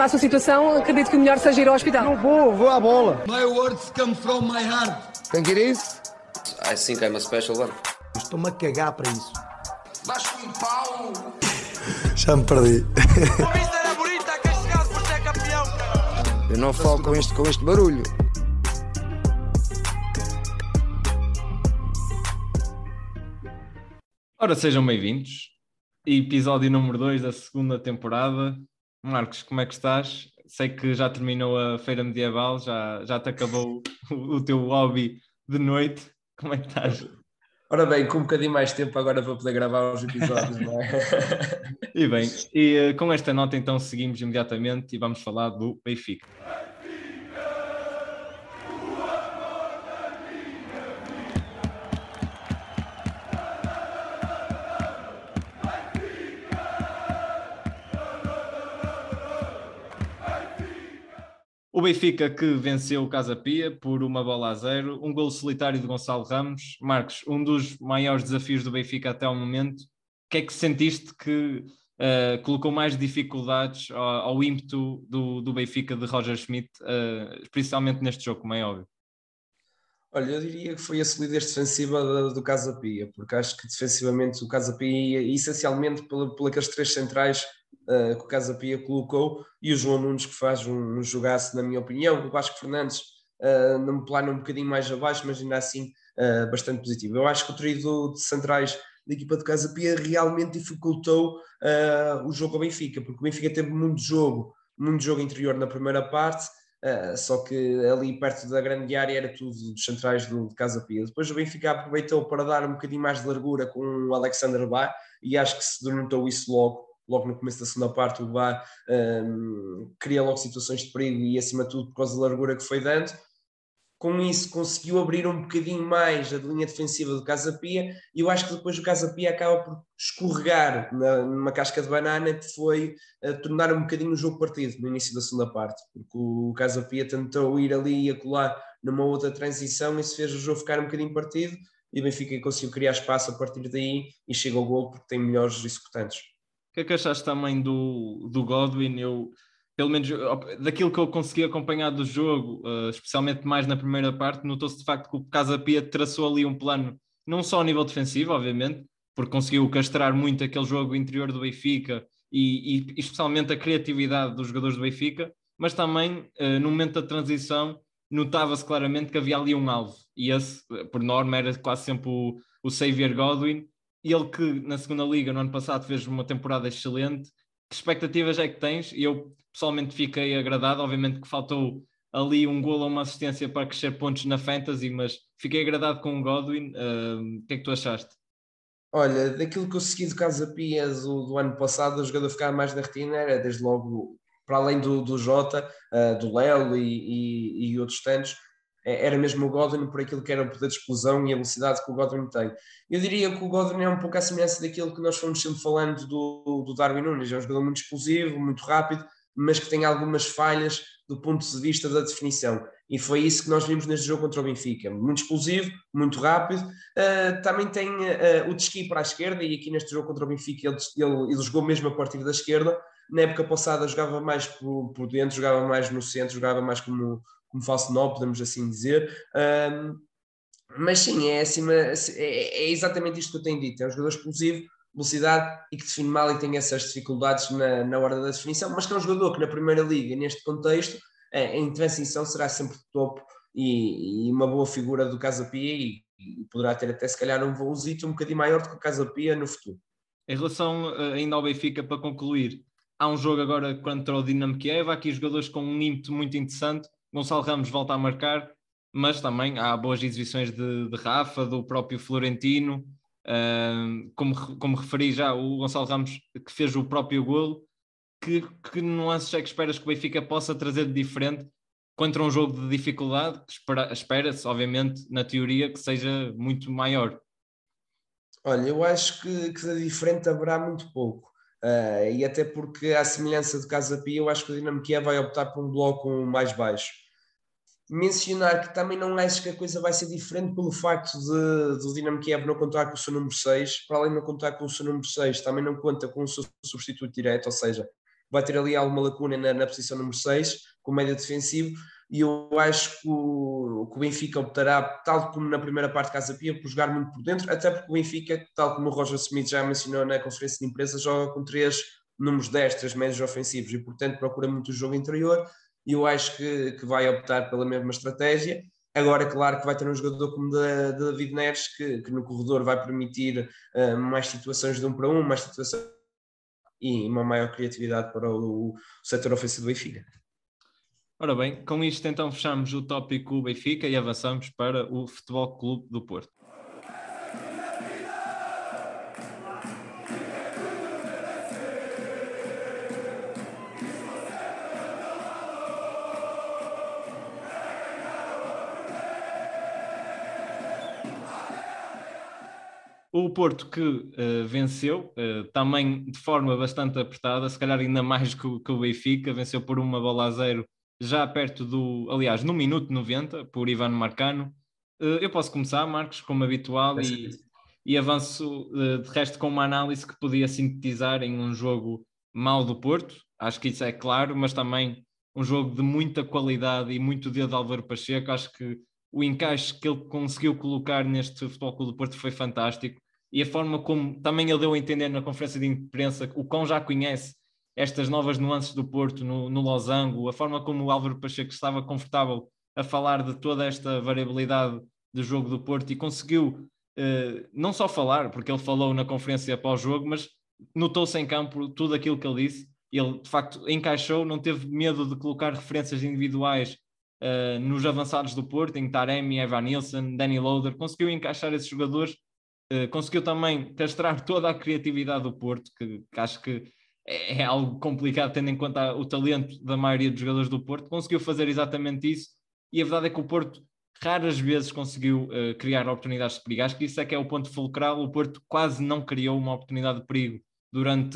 A sua situação, acredito que o melhor seja ir ao hospital. Não vou à bola. My words come from my heart. Think it is? I think I'm a special one. Estou-me a cagar para isso. Vasco em pau. Já me perdi. O Mister é bonita, que é chegado por ser campeão, cara. Eu não falo com este barulho. Ora, sejam bem-vindos. Episódio número 2 da segunda temporada. Marcos, como é que estás? Sei que já terminou a Feira Medieval, já te acabou o teu hobby de noite. Como é que estás? Ora bem, com um bocadinho mais tempo agora vou poder gravar os episódios, não é? E bem, com esta nota então seguimos imediatamente e vamos falar do Benfica. O Benfica que venceu o Casa Pia por 1-0, um golo solitário de Gonçalo Ramos. Marcos, um dos maiores desafios do Benfica até ao momento. O que é que sentiste que colocou mais dificuldades ao ímpeto do Benfica de Roger Schmidt, principalmente neste jogo, como é óbvio? Olha, eu diria que foi a solidez defensiva do Casa Pia, porque acho que defensivamente o Casa Pia, essencialmente por aqueles três centrais que o Casa Pia colocou, e o João Nunes que faz um jogaço, na minha opinião. O Vasco Fernandes num plano um bocadinho mais abaixo, mas ainda assim bastante positivo. Eu acho que o trio de centrais da equipa do Casa Pia realmente dificultou o jogo ao Benfica, porque o Benfica teve muito jogo interior na primeira parte, só que ali perto da grande área era tudo dos centrais do Casa Pia. Depois o Benfica aproveitou para dar um bocadinho mais de largura com o Alexander Bá, e acho que se denotou isso logo no começo da segunda parte. O Bá cria logo situações de perigo, e acima de tudo por causa da largura que foi dando. Com isso conseguiu abrir um bocadinho mais a linha defensiva do Casa Pia, e eu acho que depois o Casa Pia acaba por escorregar numa casca de banana, que foi tornar um bocadinho o jogo partido no início da segunda parte, porque o Casa Pia tentou ir ali e acolá numa outra transição, e isso fez o jogo ficar um bocadinho partido, e o Benfica conseguiu criar espaço a partir daí e chega ao golo porque tem melhores executantes. O que é que achaste também do Godwin? Pelo menos daquilo que eu consegui acompanhar do jogo, especialmente mais na primeira parte, notou-se de facto que o Casa Pia traçou ali um plano, não só ao nível defensivo, obviamente, porque conseguiu castrar muito aquele jogo interior do Benfica e especialmente a criatividade dos jogadores do Benfica, mas também no momento da transição notava-se claramente que havia ali um alvo, e esse, por norma, era quase sempre o Xavier Godwin. Ele que na segunda liga no ano passado fez uma temporada excelente. Que expectativas é que tens? Eu pessoalmente fiquei agradado, obviamente que faltou ali um golo ou uma assistência para crescer pontos na Fantasy, mas fiquei agradado com o Godwin. O que é que tu achaste? Olha, daquilo que eu segui do Casa Pia do ano passado, o jogador ficava mais na retina era desde logo, para além do Jota, do Léo e outros tantos, era mesmo o Godwin, por aquilo que era o poder de explosão e a velocidade que o Godwin tem. Eu diria que o Godwin é um pouco a semelhança daquilo que nós fomos sempre falando do Darwin Núñez. É um jogador muito explosivo, muito rápido, mas que tem algumas falhas do ponto de vista da definição. E foi isso que nós vimos neste jogo contra o Benfica. Muito explosivo, muito rápido. Também tem o desqui para a esquerda, e aqui neste jogo contra o Benfica ele jogou mesmo a partir da esquerda. Na época passada jogava mais por dentro, jogava mais no centro, jogava mais como falso 9, podemos assim dizer. Mas sim, é exatamente isto que eu tenho dito. É um jogador explosivo, velocidade, e que define mal e tem essas dificuldades na hora da definição, mas que é um jogador que na Primeira Liga, neste contexto, em transição será sempre topo e uma boa figura do Casa Pia, e poderá ter até se calhar um voozito um bocadinho maior do que o Casa Pia no futuro. Em relação ainda ao Benfica, para concluir, há um jogo agora contra o Dinamo Kiev. Há aqui jogadores com um ímpeto muito interessante. Gonçalo Ramos volta a marcar, mas também há boas exibições de Rafa, do próprio Florentino. Como referi já, o Gonçalo Ramos que fez o próprio golo. Que nuances é que esperas que o Benfica possa trazer de diferente contra um jogo de dificuldade que espera-se, obviamente, na teoria, que seja muito maior? Olha, eu acho que de diferente haverá muito pouco. E até porque, à semelhança do Casa Pia, eu acho que o Dinamo Kiev vai optar por um bloco mais baixo. Mencionar que também não acho que a coisa vai ser diferente pelo facto do Dinamo Kiev não contar com o seu número 6. Para além de não contar com o seu número 6, também não conta com o seu substituto direto, ou seja, vai ter ali alguma lacuna na posição número 6, com o médio defensivo, e eu acho que o Benfica optará, tal como na primeira parte Casa Pia, por jogar muito por dentro, até porque o Benfica, tal como o Roger Smith já mencionou na conferência de imprensa, joga com 3 números 10, 3 médios ofensivos, e portanto procura muito o jogo interior, e eu acho que vai optar pela mesma estratégia. Agora, claro que vai ter um jogador como David Neres, que no corredor vai permitir mais situações de 1 para 1, mais situações e uma maior criatividade para o setor ofensivo do Benfica. Ora bem, com isto então fechamos o tópico Benfica e avançamos para o Futebol Clube do Porto. O Porto que venceu, também de forma bastante apertada, se calhar ainda mais que o Benfica, venceu por 1-0, já perto aliás, no minuto 90, por Ivan Marcano. Eu posso começar, Marcos, como habitual, e avanço de resto com uma análise que podia sintetizar em um jogo mau do Porto, acho que isso é claro, mas também um jogo de muita qualidade e muito dedo de Álvaro Pacheco. Acho que o encaixe que ele conseguiu colocar neste Futebol Clube do Porto foi fantástico, e a forma como também ele deu a entender na conferência de imprensa o quão já conhece estas novas nuances do Porto no losango, a forma como o Álvaro Pacheco estava confortável a falar de toda esta variabilidade do jogo do Porto, e conseguiu não só falar, porque ele falou na conferência pós-jogo, mas notou-se em campo tudo aquilo que ele disse. Ele de facto encaixou, não teve medo de colocar referências individuais nos avançados do Porto, em Taremi, Evan Nilsson, Danny Loader, conseguiu encaixar esses jogadores, conseguiu também castrar toda a criatividade do Porto, que acho que é algo complicado tendo em conta o talento da maioria dos jogadores do Porto. Conseguiu fazer exatamente isso, e a verdade é que o Porto raras vezes conseguiu criar oportunidades de perigo. Acho que isso é que é o ponto fulcral. O Porto quase não criou uma oportunidade de perigo durante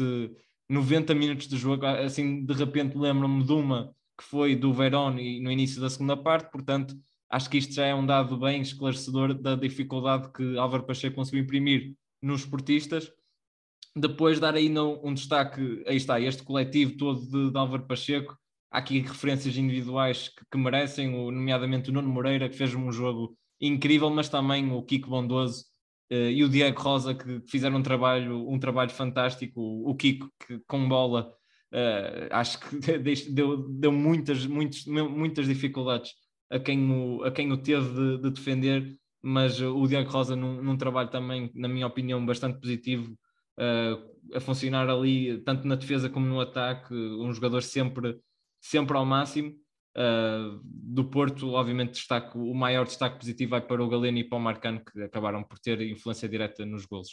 90 minutos de jogo. Assim, de repente lembro-me de uma que foi do Verón e no início da segunda parte. Portanto, acho que isto já é um dado bem esclarecedor da dificuldade que Álvaro Pacheco conseguiu imprimir nos esportistas. Depois dar aí um destaque, aí está, este coletivo todo de Álvaro Pacheco. Há aqui referências individuais que merecem, nomeadamente o Nuno Moreira, que fez um jogo incrível, mas também o Kiko Bondoso e o Diego Rosa, que fizeram um trabalho fantástico. O Kiko, que com bola, acho que deu muitas dificuldades a quem o teve de defender, mas o Diego Rosa num trabalho também, na minha opinião, bastante positivo, a funcionar ali, tanto na defesa como no ataque, um jogador sempre ao máximo. Do Porto, obviamente, o maior destaque positivo vai para o Galeno e para o Marcano, que acabaram por ter influência direta nos golos.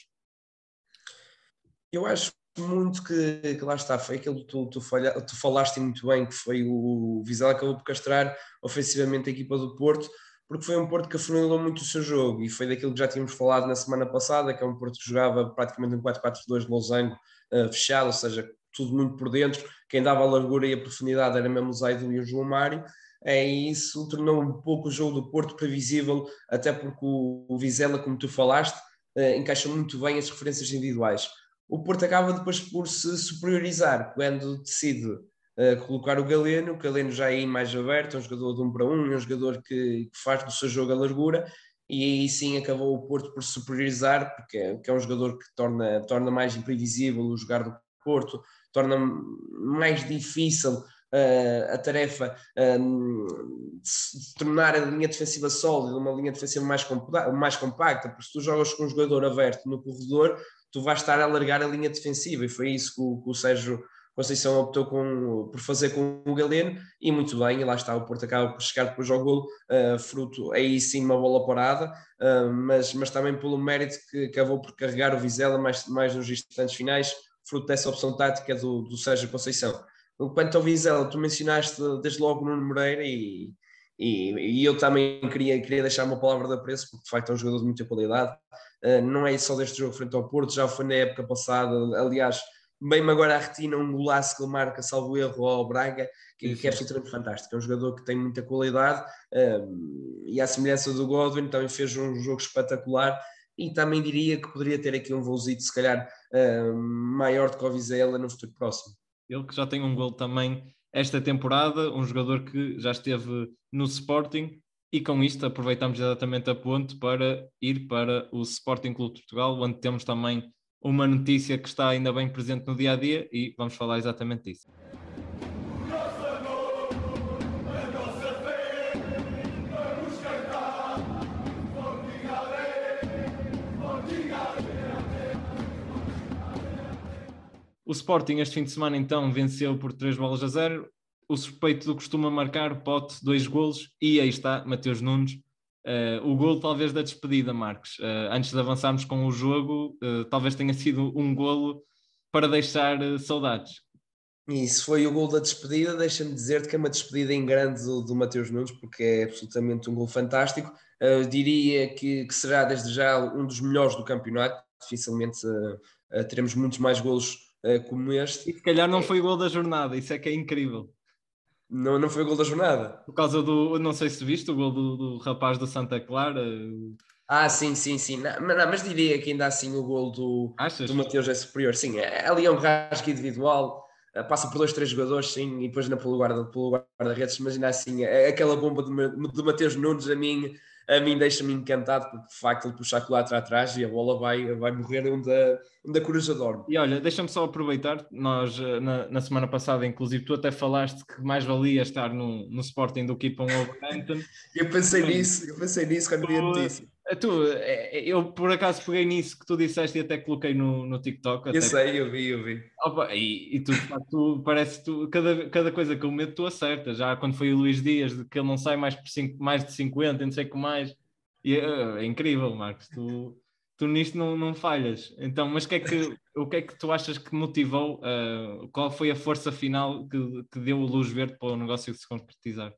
Eu acho muito que lá está, foi aquilo que tu falaste muito bem, que foi o Vizela acabou por castrar ofensivamente a equipa do Porto, porque foi um Porto que afunilou muito o seu jogo, e foi daquilo que já tínhamos falado na semana passada, que é um Porto que jogava praticamente um 4-4-2 de losango fechado, ou seja, tudo muito por dentro. Quem dava a largura e a profundidade era mesmo o Zaidu e o João Mário, e isso tornou um pouco o jogo do Porto previsível, até porque o Vizela, como tu falaste, encaixa muito bem as referências individuais. O Porto acaba depois por se superiorizar quando decide colocar o Galeno já é mais aberto, é um jogador de 1 para 1, é um jogador que faz do seu jogo a largura, e aí sim acabou o Porto por se superiorizar, porque é um jogador que torna mais imprevisível o jogar do Porto, torna mais difícil a tarefa de tornar a linha defensiva sólida, uma linha defensiva mais compacta, porque se tu jogas com um jogador aberto no corredor, tu vais estar a alargar a linha defensiva, e foi isso que o Sérgio Conceição optou por fazer com o Galeno, e muito bem, e lá está, o Porto acaba por chegar depois ao golo, fruto aí sim uma bola parada, mas também pelo mérito que acabou por carregar o Vizela mais nos instantes finais, fruto dessa opção tática do Sérgio Conceição. Quanto ao Vizela, tu mencionaste desde logo o Nuno Moreira, e eu também queria deixar uma palavra de apreço, porque de facto é um jogador de muita qualidade. Não é só deste jogo frente ao Porto, já foi na época passada. Aliás, bem-me agora à retina um golaço que ele marca, salvo erro, ao Braga, que é absolutamente fantástico. É um jogador que tem muita qualidade, e à semelhança do Godwin também fez um jogo espetacular, e também diria que poderia ter aqui um voozito se calhar maior do que o Vizela no futuro próximo. ele que já tem um gol também esta temporada, um jogador que já esteve no Sporting, e com isto aproveitamos exatamente a ponte para ir para o Sporting Clube de Portugal, onde temos também uma notícia que está ainda bem presente no dia-a-dia e vamos falar exatamente disso. O Sporting este fim de semana então venceu por 3-0. O suspeito do costuma marcar, Pote, 2 golos, e aí está, Mateus Nunes. O golo talvez da despedida, Marcos. Antes de avançarmos com o jogo, talvez tenha sido um golo para deixar saudades. Isso foi o gol da despedida. Deixa-me dizer-te que é uma despedida em grande do Mateus Nunes, porque é absolutamente um gol fantástico. Diria que será desde já um dos melhores do campeonato. Dificilmente teremos muitos mais golos como este. E se calhar não foi o gol da jornada, isso é que é incrível. Não foi o gol da jornada? Por causa do, não sei se viste, o gol do rapaz do Santa Clara. Sim. Mas diria que ainda assim o gol do Mateus é superior. Sim, ali é um rasgo individual, passa por 2, 3 jogadores, sim, e depois ainda pelo guarda-redes, mas ainda assim, aquela bomba do Mateus Nunes a mim deixa-me encantado, porque de facto ele puxa a culatra atrás e a bola vai morrer onde a coruja dorme. E olha, deixa-me só aproveitar, nós na semana passada, inclusive, tu até falaste que mais valia estar no Sporting do que ir para um Wolverhampton. Eu pensei nisso quando vi a notícia. Eu por acaso peguei nisso que tu disseste e até coloquei no TikTok. Eu vi. Opa, e tu, de facto, parece que cada coisa que eu meto tu acertas. Já quando foi o Luís Dias, de que ele não sai mais de 50, não sei o que mais. E é incrível, Marcos. Tu nisto não falhas. Então, mas o que é que tu achas que motivou? Qual foi a força final que deu o luz verde para o negócio se concretizar?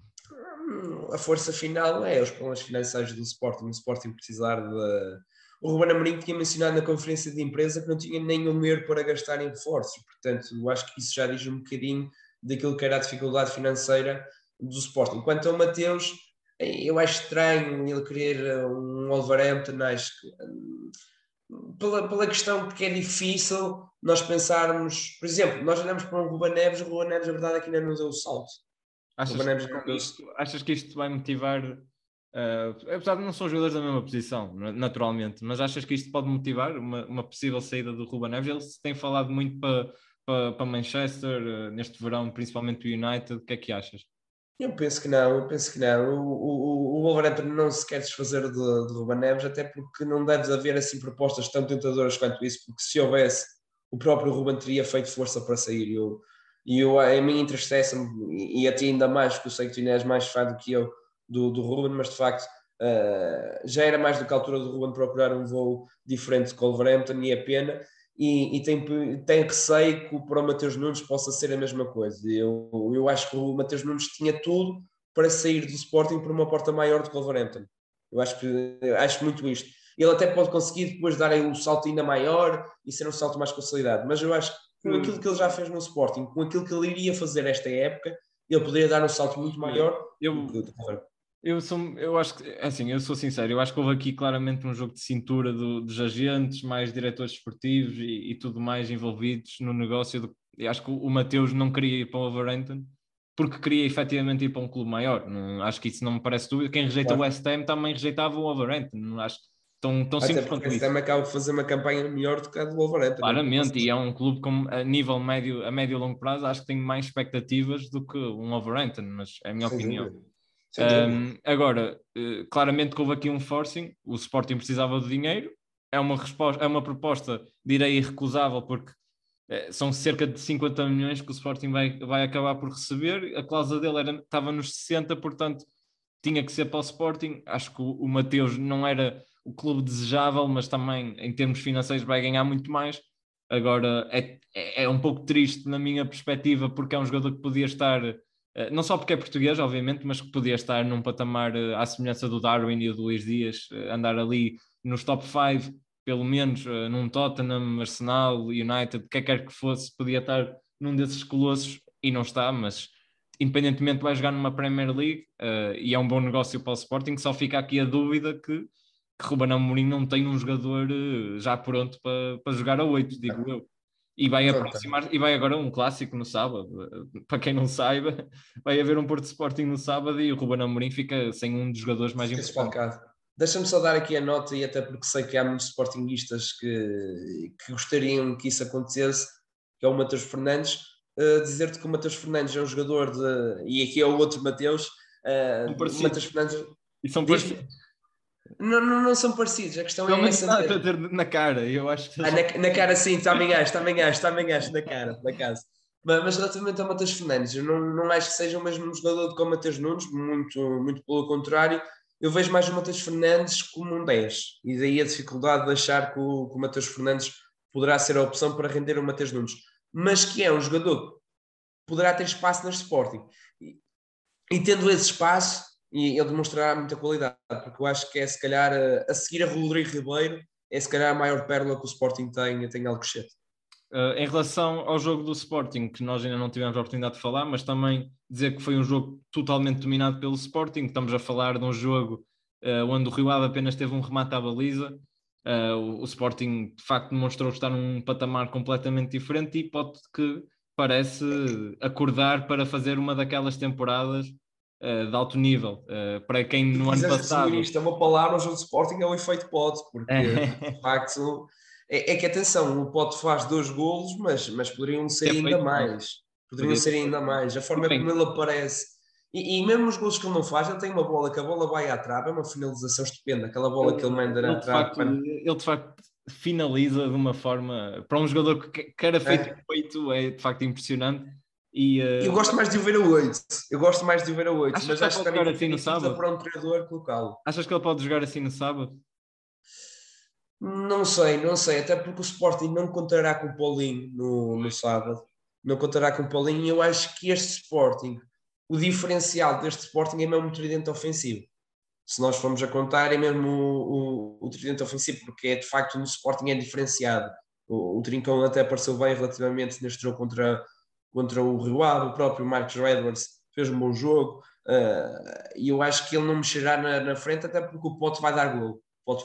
A força final é os problemas financeiros do Sporting. O Sporting precisar de... O Ruben Amorim tinha mencionado na conferência de imprensa que não tinha nenhum dinheiro para gastar em reforços. Portanto, eu acho que isso já diz um bocadinho daquilo que era a dificuldade financeira do Sporting. Quanto ao Mateus, eu acho estranho ele querer um Wolverhampton. Acho que pela questão que é difícil nós pensarmos... Por exemplo, nós olhamos para um Ruben Neves, o Ruben Neves, a verdade é que ainda não deu o salto. Achas que isto vai motivar, apesar de não são jogadores da mesma posição, naturalmente, mas achas que isto pode motivar uma possível saída do Ruben Neves? Ele se tem falado muito para Manchester neste verão, principalmente o United. O que é que achas? Eu penso que não. O Wolverhampton não se quer desfazer de Ruben Neves, até porque não deve haver assim propostas tão tentadoras quanto isso, porque se houvesse, o próprio Ruben teria feito força para sair. A mim entristece-me, e a ti ainda mais, porque eu sei que tu ainda és mais fã do que eu do Ruben, mas de facto já era mais do que a altura do Ruben procurar um voo diferente com o Wolverhampton, e é pena, e tem receio que para o Mateus Nunes possa ser a mesma coisa. Eu acho que o Mateus Nunes tinha tudo para sair do Sporting por uma porta maior do que o Wolverhampton. Eu acho muito isto. Ele até pode conseguir depois dar aí um salto ainda maior e ser um salto mais consolidado, mas eu acho que com aquilo que ele já fez no Sporting, com aquilo que ele iria fazer esta época, ele poderia dar um salto muito maior. Eu acho que, assim, eu sou sincero, eu acho que houve aqui claramente um jogo de cintura dos agentes, mais diretores esportivos e tudo mais envolvidos no negócio. Eu acho que o Mateus não queria ir para o Wolverhampton porque queria efetivamente ir para um clube maior. Acho que isso não me parece dúvida. Quem rejeita o West Ham também rejeitava o Wolverhampton. Acho que tão simples quanto isso. Também acaba de fazer uma campanha melhor do que a do Wolverhampton. Claramente, e é um clube com, a nível médio, a médio e longo prazo, acho que tem mais expectativas do que um Wolverhampton, mas é a minha opinião. Agora, claramente que houve aqui um forcing, o Sporting precisava de dinheiro, é uma proposta, direi, irrecusável, porque são cerca de 50 milhões que o Sporting vai acabar por receber, a cláusula dele estava nos 60, portanto tinha que ser para o Sporting. Acho que o Mateus não era o clube desejável, mas também em termos financeiros vai ganhar muito mais. Agora é um pouco triste na minha perspectiva, porque é um jogador que podia estar, não só porque é português, obviamente, mas que podia estar num patamar à semelhança do Darwin e do Luís Dias, andar ali nos top 5, pelo menos num Tottenham, Arsenal, United, o que quer que fosse, podia estar num desses colossos e não está, mas independentemente vai jogar numa Premier League e é um bom negócio para o Sporting. Só fica aqui a dúvida que Ruben Amorim não tem um jogador já pronto para jogar a 8, digo eu. E vai Pronto. aproximar, e vai agora um clássico no sábado. Para quem não saiba, vai haver um Porto Sporting no sábado e o Ruben Amorim fica sem um dos jogadores mais Fica importantes. desfalcado. Deixa-me só dar aqui a nota, e até porque sei que há muitos sportinguistas que gostariam que isso acontecesse, que é o Matheus Fernandes. Dizer-te que o Matheus Fernandes é um jogador e aqui é o outro Mateus. O Matheus Fernandes. E são parecidos. Não são parecidos, a questão Não, é mas essa. está a ter na cara, eu acho que... Na cara sim, também acho na cara, por acaso. Mas relativamente ao Matheus Fernandes, eu não acho que seja o mesmo jogador que o Matheus Nunes, muito pelo contrário. Eu vejo mais o Matheus Fernandes como um 10, e daí a dificuldade de achar que o Matheus Fernandes poderá ser a opção para render o Matheus Nunes, mas que é um jogador que poderá ter espaço no Sporting, e tendo esse espaço, e ele demonstrará muita qualidade, porque eu acho que é, se calhar, a seguir a Rodrigo Ribeiro, é se calhar a maior pérola que o Sporting tem Alcochete. Em relação ao jogo do Sporting, que nós ainda não tivemos a oportunidade de falar, mas também dizer que foi um jogo totalmente dominado pelo Sporting. Estamos a falar de um jogo onde o Rio Ave apenas teve um remate à baliza. O Sporting, de facto, demonstrou estar num patamar completamente diferente e pode que parece acordar para fazer uma daquelas temporadas de alto nível. Para quem no ano passado... Isto é uma palavra, o jogo do Sporting é o efeito Pote, porque de facto... É que, atenção, o Pote faz 2 golos, mas poderiam ser ainda mais. Poderiam ser ainda mais. A forma como ele aparece. E mesmo os golos que ele não faz, ele tem uma bola, que a bola vai à trave, é uma finalização estupenda. Aquela bola que ele manda na trave. Ele, de facto, finaliza de uma forma... Para um jogador que era feito, é de facto impressionante. E, eu gosto mais de o ver a 8. Mas acho que jogar assim no sábado? Para um treinador colocá-lo. Achas que ele pode jogar assim no sábado? Não sei, até porque o Sporting não contará com o Paulinho no sábado, não contará com o Paulinho, e eu acho que este Sporting, o diferencial deste Sporting é mesmo o tridente ofensivo. Se nós formos a contar, é mesmo o tridente ofensivo, porque é de facto no Sporting é diferenciado. O Trincão até apareceu bem relativamente neste jogo contra o Rio Ave, o próprio Marcus Edwards fez um bom jogo, e eu acho que ele não mexerá na frente, até porque o Pote vai dar gol.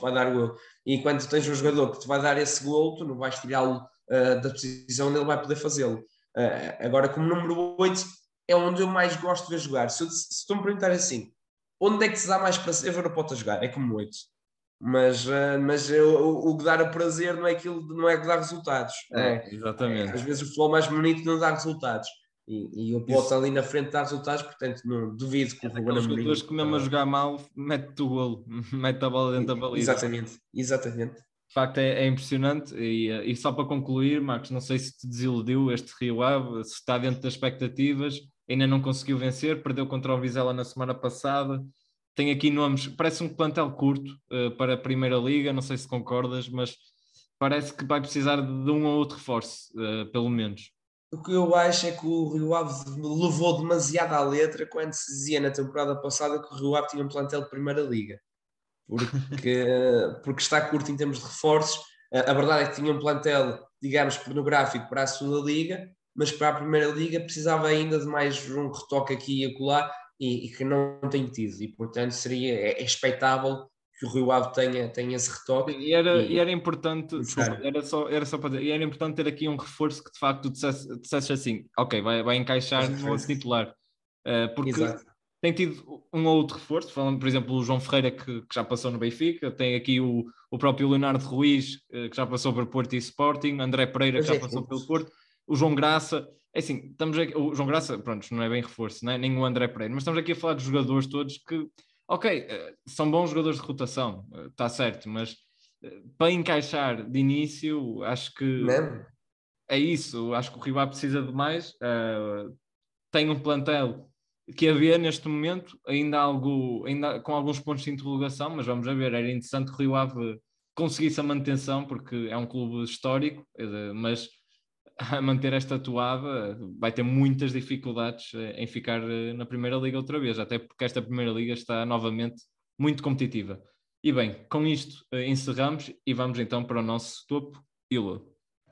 E quando tens um jogador que te vai dar esse gol, tu não vais tirá-lo da posição onde ele vai poder fazê-lo. Agora, como número 8, é onde eu mais gosto de ver jogar. Se tu me perguntar assim, onde é que se dá mais prazer ver o Pote a jogar? É como 8. Mas o que dá a prazer não é que dá resultados. Exatamente. Às vezes o futebol mais bonito não dá resultados. E o Pote ali na frente dá resultados, portanto não duvido que o Ruben Amorim... jogadores que mesmo a jogar mal mete o golo, mete a bola dentro da baliza. Exatamente. De facto é impressionante e só para concluir, Marcos, não sei se te desiludiu este Rio Ave, se está dentro das expectativas, ainda não conseguiu vencer, perdeu contra o Vizela na semana passada, tem aqui nomes, parece um plantel curto para a Primeira Liga, não sei se concordas, mas parece que vai precisar de um ou outro reforço, pelo menos. O que eu acho é que o Rio Ave levou demasiado à letra quando se dizia na temporada passada que o Rio Ave tinha um plantel de Primeira Liga. Porque está curto em termos de reforços. A verdade é que tinha um plantel, digamos, pornográfico para a segunda Liga, mas para a Primeira Liga precisava ainda de mais um retoque aqui e acolá, e que não tem tido. E, portanto, é expectável que o Rio Ave tenha esse retoque. E era importante, desculpa, era só para dizer, e era importante ter aqui um reforço que de facto dissesse assim, ok, vai encaixar no outro titular, porque Exato. Tem tido um ou outro reforço, falando, por exemplo, o João Ferreira que já passou no Benfica, tem aqui o próprio Leonardo Ruiz, que já passou por Porto e Sporting, André Pereira, que já passou pelo Porto, o João Graça, é assim, estamos aqui, o João Graça, pronto, não é bem reforço, né? Nem o André Pereira, mas estamos aqui a falar de jogadores todos que ok, são bons jogadores de rotação, está certo, mas para encaixar de início, acho que é isso. Acho que o Rio Ave precisa de mais. Tem um plantel que havia neste momento, ainda com alguns pontos de interrogação, mas vamos a ver. Era interessante que o Rio Ave conseguisse a manutenção, porque é um clube histórico, mas a manter esta toada vai ter muitas dificuldades em ficar na Primeira Liga outra vez, até porque esta Primeira Liga está novamente muito competitiva. E bem, com isto encerramos e vamos então para o nosso topo e lodo.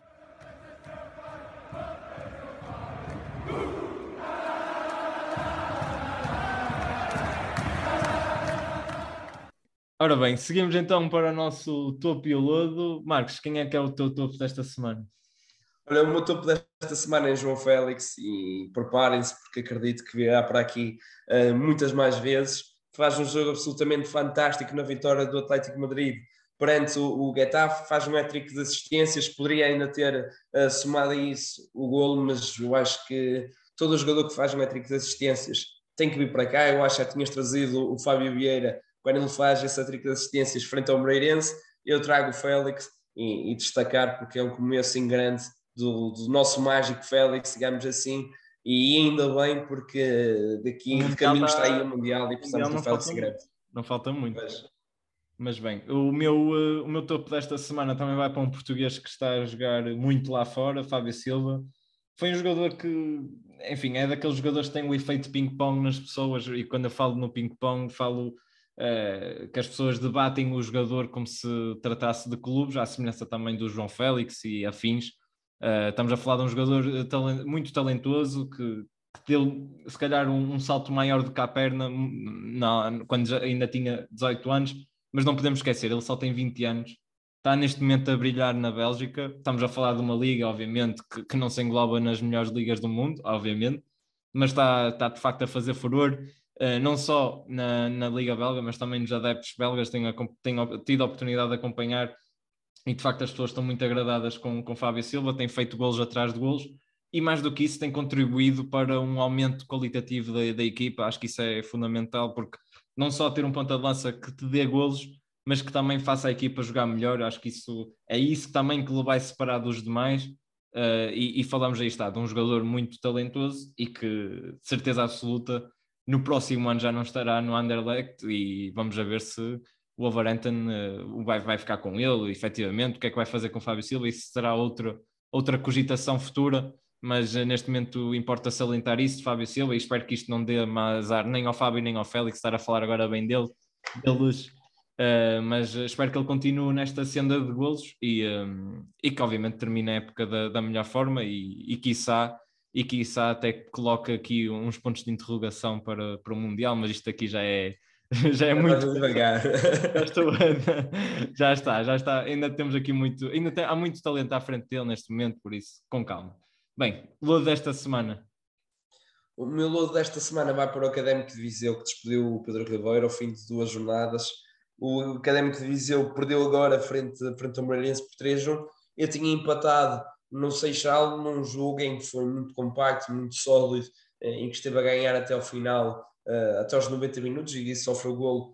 Ora bem, seguimos então para o nosso topo e lodo. Marcos, quem é que é o teu topo desta semana? Olha, o meu topo desta semana é João Félix e preparem-se porque acredito que virá para aqui muitas mais vezes. Faz um jogo absolutamente fantástico na vitória do Atlético de Madrid perante o Getafe, faz um hat-trick de assistências, poderia ainda ter somado a isso o golo, mas eu acho que todo jogador que faz um hat-trick de assistências tem que vir para cá. Eu acho que já tinhas trazido o Fábio Vieira quando ele faz esse hat-trick de assistências frente ao Moreirense. Eu trago o Félix e destacar porque é um começo em grande do nosso mágico Félix, digamos assim, e ainda bem porque daqui de caminho está aí o Mundial e precisamos do Félix em grande. Não falta muito. Mas bem, o meu topo desta semana também vai para um português que está a jogar muito lá fora, Fábio Silva. Foi um jogador que, enfim, é daqueles jogadores que têm o efeito ping-pong nas pessoas, e quando eu falo no ping-pong, falo que as pessoas debatem o jogador como se tratasse de clubes, à semelhança também do João Félix e afins. Estamos a falar de um jogador muito talentoso que deu, se calhar, um salto maior do que a perna quando ainda tinha 18 anos, mas não podemos esquecer, ele só tem 20 anos, está neste momento a brilhar na Bélgica. Estamos a falar de uma liga, obviamente, que não se engloba nas melhores ligas do mundo, obviamente, mas está de facto a fazer furor, não só na Liga Belga, mas também nos adeptos belgas. Tenho tido a oportunidade de acompanhar e de facto as pessoas estão muito agradadas com Fábio Silva, tem feito golos atrás de golos e mais do que isso tem contribuído para um aumento qualitativo da equipa. Acho que isso é fundamental, porque não só ter um ponta de lança que te dê golos, mas que também faça a equipa jogar melhor. Acho que isso também que lhe vai separar dos demais. E falamos aí de um jogador muito talentoso e que, de certeza absoluta, no próximo ano já não estará no Anderlecht, e vamos a ver se o Wolverhampton vai ficar com ele, efetivamente, o que é que vai fazer com o Fábio Silva. Isso será outra cogitação futura, mas neste momento importa salientar isso de Fábio Silva, e espero que isto não dê azar nem ao Fábio nem ao Félix estar a falar agora bem deles, mas espero que ele continue nesta senda de golos e que obviamente termine a época da melhor forma e quiçá até coloque aqui uns pontos de interrogação para o Mundial, mas isto aqui já é muito devagar. Já está. Ainda temos aqui há muito talento à frente dele neste momento, por isso, com calma. Bem, lodo desta semana. O meu lodo desta semana vai para o Académico de Viseu, que despediu o Pedro Ribeiro ao fim de 2 jornadas. O Académico de Viseu perdeu agora frente ao Moreirense por 3-1. Eu tinha empatado no Seixal, num jogo em que foi muito compacto, muito sólido, em que esteve a ganhar até ao final, até aos 90 minutos, e sofreu o golo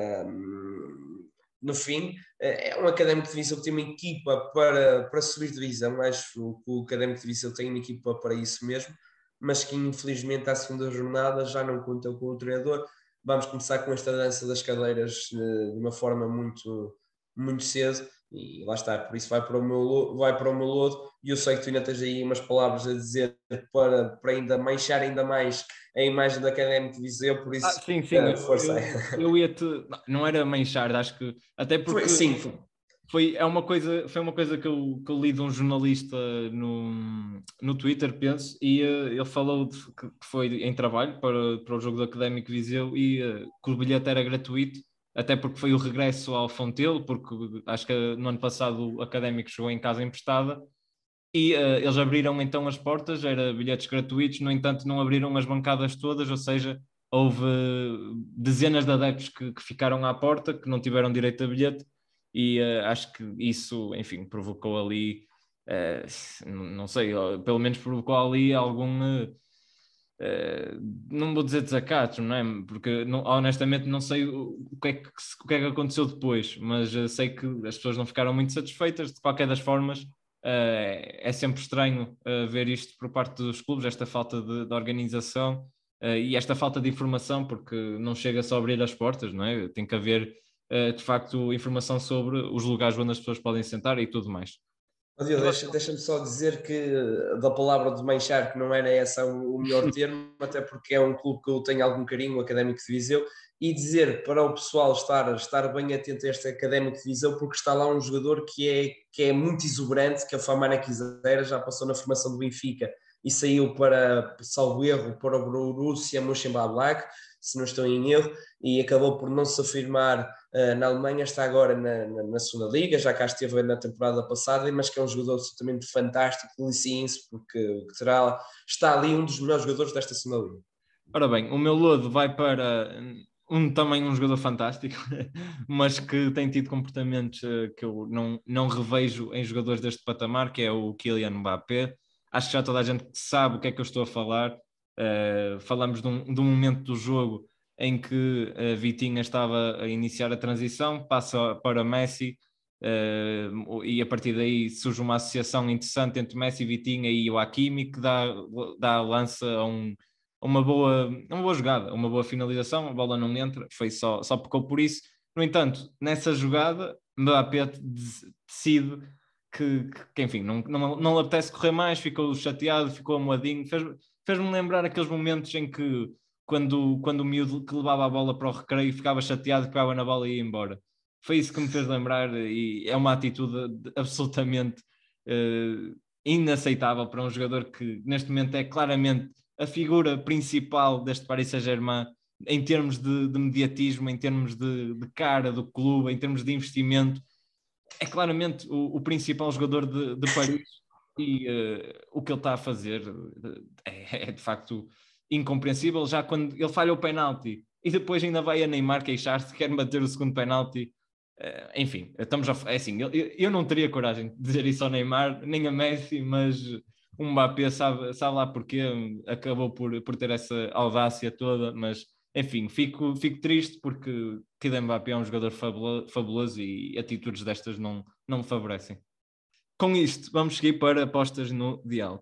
no fim. É um Académico de Viseu que tem uma equipa para subir divisão. Acho que o Académico de Viseu tem uma equipa para isso mesmo, mas que infelizmente à segunda jornada já não conta com o treinador. Vamos começar com esta dança das cadeiras de uma forma muito, muito cedo, e lá está, por isso vai para o meu lodo, e eu sei que tu ainda tens aí umas palavras a dizer para ainda manchar ainda mais a imagem da Académico de Viseu, por isso sim, força aí. Eu ia-te... Não era manchar, acho que... Até porque... Foi uma coisa que eu li de um jornalista no Twitter, penso, e ele falou que foi em trabalho para o jogo do Académico Viseu e que o bilhete era gratuito, até porque foi o regresso ao Fontelo, porque acho que no ano passado o Académico jogou em casa emprestada, e eles abriram então as portas, era bilhetes gratuitos. No entanto não abriram as bancadas todas, ou seja, houve dezenas de adeptos que ficaram à porta, que não tiveram direito a bilhete. E acho que isso, enfim, provocou ali, não sei, pelo menos provocou ali algum, não vou dizer desacato, não é? Porque honestamente não sei o que é que aconteceu depois, mas sei que as pessoas não ficaram muito satisfeitas. De qualquer das formas, é sempre estranho ver isto por parte dos clubes, esta falta de organização e esta falta de informação, porque não chega só a abrir as portas, não é? Tem que haver de facto informação sobre os lugares onde as pessoas podem sentar e tudo mais. Deixa-me só dizer que da palavra de manchar, que não era essa o melhor termo, até porque é um clube que eu tenho algum carinho, o Académico de Viseu, e dizer para o pessoal estar bem atento a este Académico de Viseu, porque está lá um jogador que é muito exuberante, que é o Famana Quiseira, já passou na formação do Benfica e saiu para, salvo erro, para o Borussia Mönchengladbach, se não estou em erro, e acabou por não se afirmar na Alemanha, está agora na segunda liga, já cá esteve na temporada passada, mas que é um jogador absolutamente fantástico, deliciem-se, porque está ali um dos melhores jogadores desta segunda liga. Ora bem, o meu lodo vai para também um jogador fantástico, mas que tem tido comportamentos que eu não revejo em jogadores deste patamar, que é o Kylian Mbappé. Acho que já toda a gente sabe o que é que eu estou a falar. Falamos de um momento do jogo em que a Vitinha estava a iniciar a transição, passa para Messi, e a partir daí surge uma associação interessante entre Messi, Vitinha e o Hakimi, que dá lança a uma boa jogada, uma boa finalização, a bola não entra, só pecou por isso. No entanto, nessa jogada, Mbappé decide que enfim, não lhe apetece correr mais, ficou chateado, ficou amoadinho, fez-me lembrar aqueles momentos em que quando o miúdo que levava a bola para o recreio ficava chateado, pegava na bola e ia embora. Foi isso que me fez lembrar, e é uma atitude absolutamente inaceitável para um jogador que neste momento é claramente a figura principal deste Paris Saint-Germain em termos de mediatismo, em termos de cara do clube, em termos de investimento. É claramente o principal jogador de Paris, e o que ele está a fazer é de facto incompreensível. Já quando ele falha o penalti e depois ainda vai a Neymar queixar-se, quer bater o segundo penalti, enfim, é assim, eu não teria coragem de dizer isso ao Neymar, nem a Messi, mas o Mbappé sabe lá porque acabou por ter essa audácia toda. Mas enfim, fico triste porque Kylian Mbappé é um jogador fabuloso e atitudes destas não me favorecem. Com isto, vamos seguir para apostas no diálogo.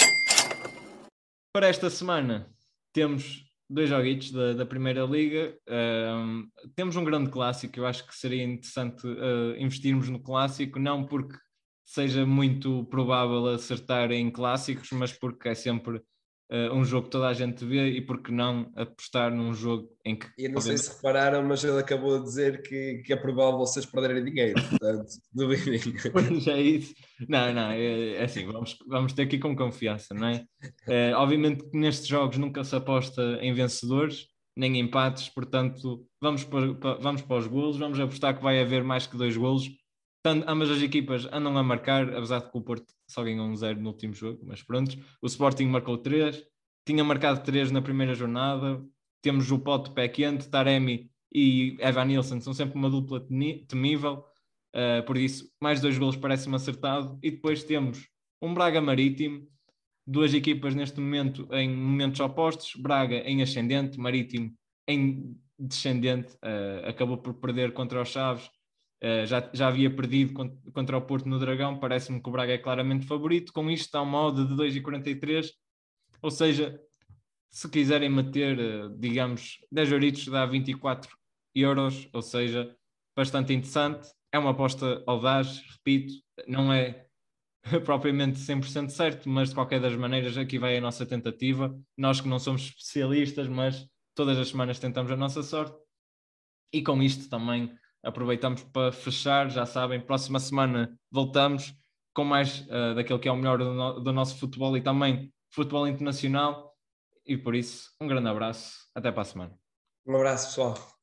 Para esta semana temos 2 joguitos da Primeira Liga. Temos um grande clássico. Eu acho que seria interessante investirmos no clássico, não porque seja muito provável acertar em clássicos, mas porque é sempre um jogo que toda a gente vê, e porque não apostar num jogo em que... Eu não sei se repararam, mas ele acabou de dizer que é provável vocês perderem dinheiro, portanto, duvidem. Pois é isso. Não, é assim, vamos ter aqui com confiança, não é? Obviamente que nestes jogos nunca se aposta em vencedores, nem em empates, portanto, vamos para os golos, vamos apostar que vai haver mais que 2 golos. Ambas as equipas andam a marcar, apesar de que o Porto só ganhou 1-0 no último jogo, mas pronto. O Sporting marcou 3, tinha marcado 3 na primeira jornada. Temos o Pote pé quente, Taremi e Evan Nilsson são sempre uma dupla temível, por isso mais 2 golos parece-me acertado. E depois temos um Braga Marítimo, 2 equipas neste momento em momentos opostos, Braga em ascendente, Marítimo em descendente, acabou por perder contra os Chaves. Já havia perdido contra o Porto no Dragão. Parece-me que o Braga é claramente favorito. Com isto está uma odd de 2,43, ou seja, se quiserem meter, digamos, 10 euritos dá 24 euros, ou seja, bastante interessante. É uma aposta audaz, repito, não é propriamente 100% certo, mas de qualquer das maneiras aqui vai a nossa tentativa. Nós que não somos especialistas, mas todas as semanas tentamos a nossa sorte. E com isto também aproveitamos para fechar. Já sabem, próxima semana voltamos com mais daquilo que é o melhor do nosso futebol e também futebol internacional. E por isso, um grande abraço. Até para a semana. Um abraço, pessoal.